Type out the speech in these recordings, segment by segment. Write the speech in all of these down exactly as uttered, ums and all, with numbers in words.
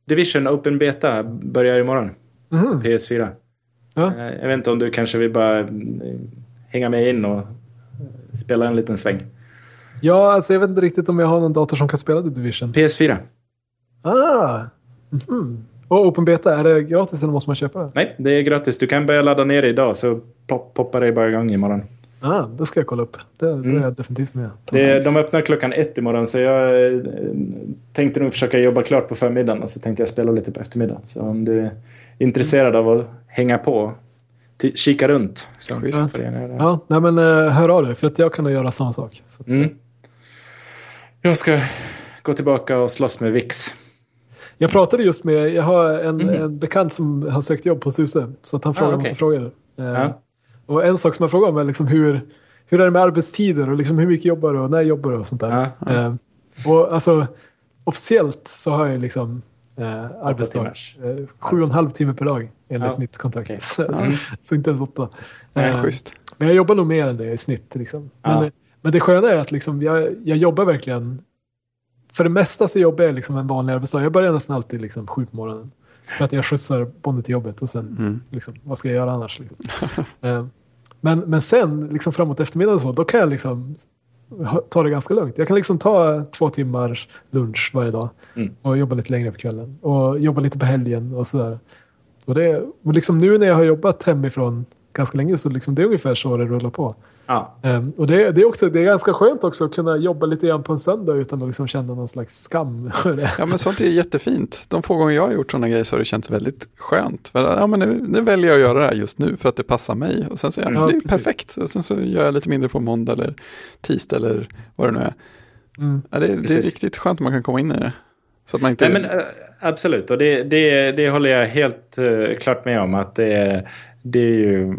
Division Open Beta börjar imorgon. Mm. P S fyra. Ja. Jag vet inte om du kanske vill bara hänga med in och spela en liten sväng. Ja, alltså jag vet inte riktigt om jag har någon dator som kan spela The Division. P S fyra. Ah. Mm. Och Open Beta, är det gratis eller måste man köpa det? Nej, det är gratis. Du kan börja ladda ner det idag så pop, poppar det bara igång imorgon. Ah, det ska jag kolla upp. Det, mm. det är jag definitivt med. Det, de öppnar klockan ett imorgon så jag eh, tänkte nog försöka jobba klart på förmiddagen och så tänkte jag spela lite på eftermiddagen. Så om du är intresserad av att hänga på, t- kika runt. Så ja, ja nej, men uh, hör av dig för att jag kan göra samma sak. Så att, mm. Jag ska gå tillbaka och slåss med Vix. Jag pratade just med, jag har en, mm. en bekant som har sökt jobb på Suse. Så att han frågar ah, okay. massa frågor. Uh, ja. Och en sak som jag frågar om är liksom hur, hur är det med arbetstider och liksom hur mycket jobbar du och när jobbar du och sånt där. Ja, ja. Uh, och alltså officiellt så har jag liksom uh, arbetsdag. Uh, sju och en halv timme per dag enligt ja. mitt kontrakt. Okay. så, mm. så inte ens åtta. Uh, schysst. Men jag jobbar nog mer än det i snitt. Liksom. Men, ja. men det sköna är att liksom, jag, jag jobbar verkligen. För det mesta så jobbar jag liksom en vanlig arbetsdag. Jag börjar nästan alltid liksom sju på morgonen. För att jag skjutsar bondet till jobbet. Och sen, mm. liksom, vad ska jag göra annars? Liksom. uh, men, men sen, liksom framåt eftermiddagen så, då kan jag liksom ta det ganska lugnt. Jag kan liksom ta två timmar lunch varje dag. Mm. Och jobba lite längre på kvällen. Och jobba lite på helgen och sådär. Och, det, och liksom nu när jag har jobbat hemifrån ganska länge så liksom det är ungefär så det rullar på. Ja. Um, och det, det, är också, det är ganska skönt också att kunna jobba lite grann på en söndag utan att liksom känna någon slags skam. Ja, men sånt är jättefint. De få gånger jag har gjort sådana grejer så har det känts väldigt skönt. För, ja, men nu, nu väljer jag att göra det här just nu för att det passar mig. Och sen så är ja, det är precis. perfekt. Och sen så gör jag lite mindre på måndag eller tisdag eller vad det nu är. Mm. Ja, det, det är riktigt skönt att man kan komma in i det. Så att man inte... Nej, men, uh, absolut, och det, det, det håller jag helt uh, klart med om att det, det, är ju,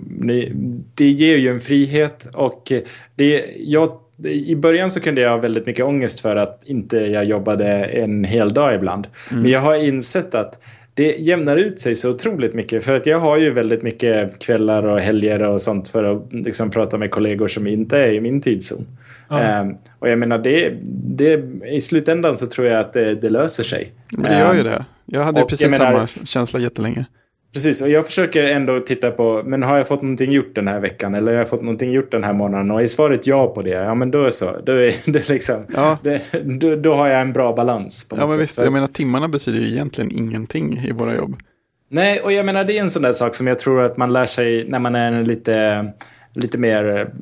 det ger ju en frihet och det, jag, i början så kunde jag ha väldigt mycket ångest för att inte jag jobbade en hel dag ibland. Mm. Men jag har insett att det jämnar ut sig så otroligt mycket för att jag har ju väldigt mycket kvällar och helger och sånt för att liksom prata med kollegor som inte är i min tidszon. Mm. Um, och jag menar det, det, i slutändan så tror jag att det, det löser sig. Men det gör ju det. Jag hade ju precis menar, samma känsla jättelänge. Precis, och jag försöker ändå titta på, men har jag fått någonting gjort den här veckan eller har jag fått någonting gjort den här månaden och är svaret ja på det, ja men då är så, då är det liksom, ja. det, då, då har jag en bra balans på något Ja men sätt. visst, jag menar timmarna betyder ju egentligen ingenting i våra jobb. Nej, och jag menar det är en sån där sak som jag tror att man lär sig när man är en lite, lite mer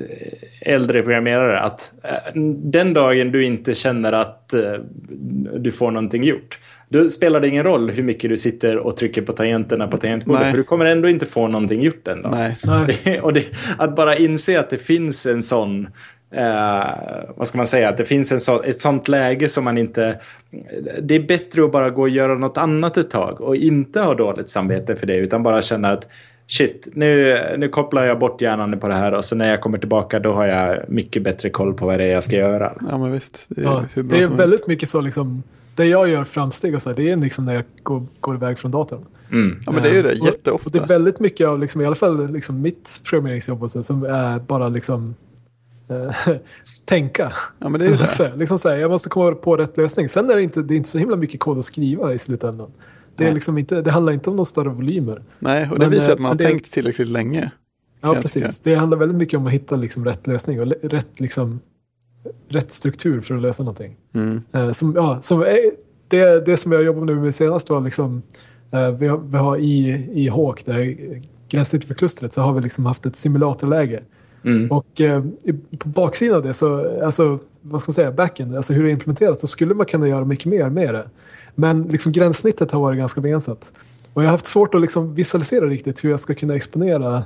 äldre programmerare, att den dagen du inte känner att du får någonting gjort, då spelar det ingen roll hur mycket du sitter och trycker på tangenterna på tangentbordet, för du kommer ändå inte få någonting gjort den dagen. Nej. Och det, att bara inse att det finns en sån eh, vad ska man säga, att det finns en så, ett sånt läge som man inte, det är bättre att bara gå och göra något annat ett tag och inte ha dåligt samvete för det, utan bara känna att shit, nu, nu kopplar jag bort hjärnan på det här och så när jag kommer tillbaka då har jag mycket bättre koll på vad det är jag ska göra. Ja men visst, det är, ja, hur bra det är som väldigt helst. Mycket så liksom, det jag gör framsteg och så här, det är liksom när jag går, går iväg från datorn. Mm. Ja men det är ju det, jätteofta. Och, och det är väldigt mycket av liksom, i alla fall liksom mitt programmeringsjobb och så, som är bara liksom äh, tänka. Ja men det är ju det. Så, liksom så här, jag måste komma på rätt lösning. Sen är det inte, det är inte så himla mycket kod att skriva i slutändan. Det, är liksom inte, det handlar inte om några större volymer. Nej, och det men, visar att man har det, tänkt tillräckligt länge. Ja, precis. Det handlar väldigt mycket om att hitta liksom rätt lösning och rätt, liksom, rätt struktur för att lösa någonting. Mm. Uh, som, ja, som, det, det som jag jobbade med senast var liksom, uh, vi, har, vi har i, i Hawk, där gränssnitt för klustret, så har vi liksom haft ett simulatorläge. Mm. Och uh, på baksidan av det, så, alltså, vad ska man säga, backend, alltså hur det är implementerat, så skulle man kunna göra mycket mer med det. Men liksom gränssnittet har varit ganska begränsat. Och jag har haft svårt att liksom visualisera riktigt hur jag ska kunna exponera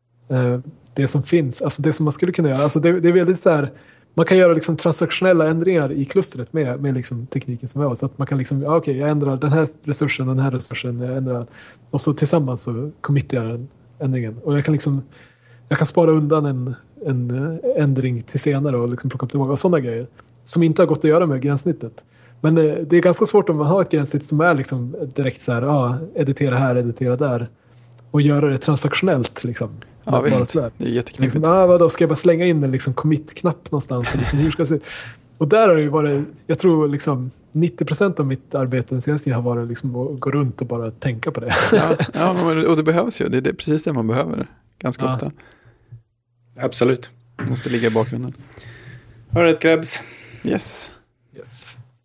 eh, det som finns. Alltså det som man skulle kunna göra. Alltså det, det är väldigt så här, man kan göra liksom transaktionella ändringar i klustret med, med liksom tekniken som vi har. Så att man kan liksom, ja, okej, okay, jag ändrar den här resursen, den här resursen, jag ändrar. Och så tillsammans så committar jag den ändringen. Och jag kan liksom, jag kan spara undan en, en ändring till senare och liksom plocka upp tillbaka. Och sådana grejer som inte har gått att göra med gränssnittet. Men det, det är ganska svårt om man har ett gränssnitt som är liksom direkt så här, ja, editera här, editera där. Och göra det transaktionellt liksom. Ja visst, det är jätteknäppigt. Liksom, ja, vadå, ska jag bara slänga in en liksom commit-knapp någonstans? Liksom, hur ska jag se? Och där har det ju varit, jag tror liksom, nittio procent av mitt arbete den senaste tiden har varit liksom att gå runt och bara tänka på det. Ja, ja, och det behövs ju. Det är det, precis det man behöver ganska Ja. ofta. Absolut. Det måste ligga i bakgrunden. All right, grabs. Yes. Yes.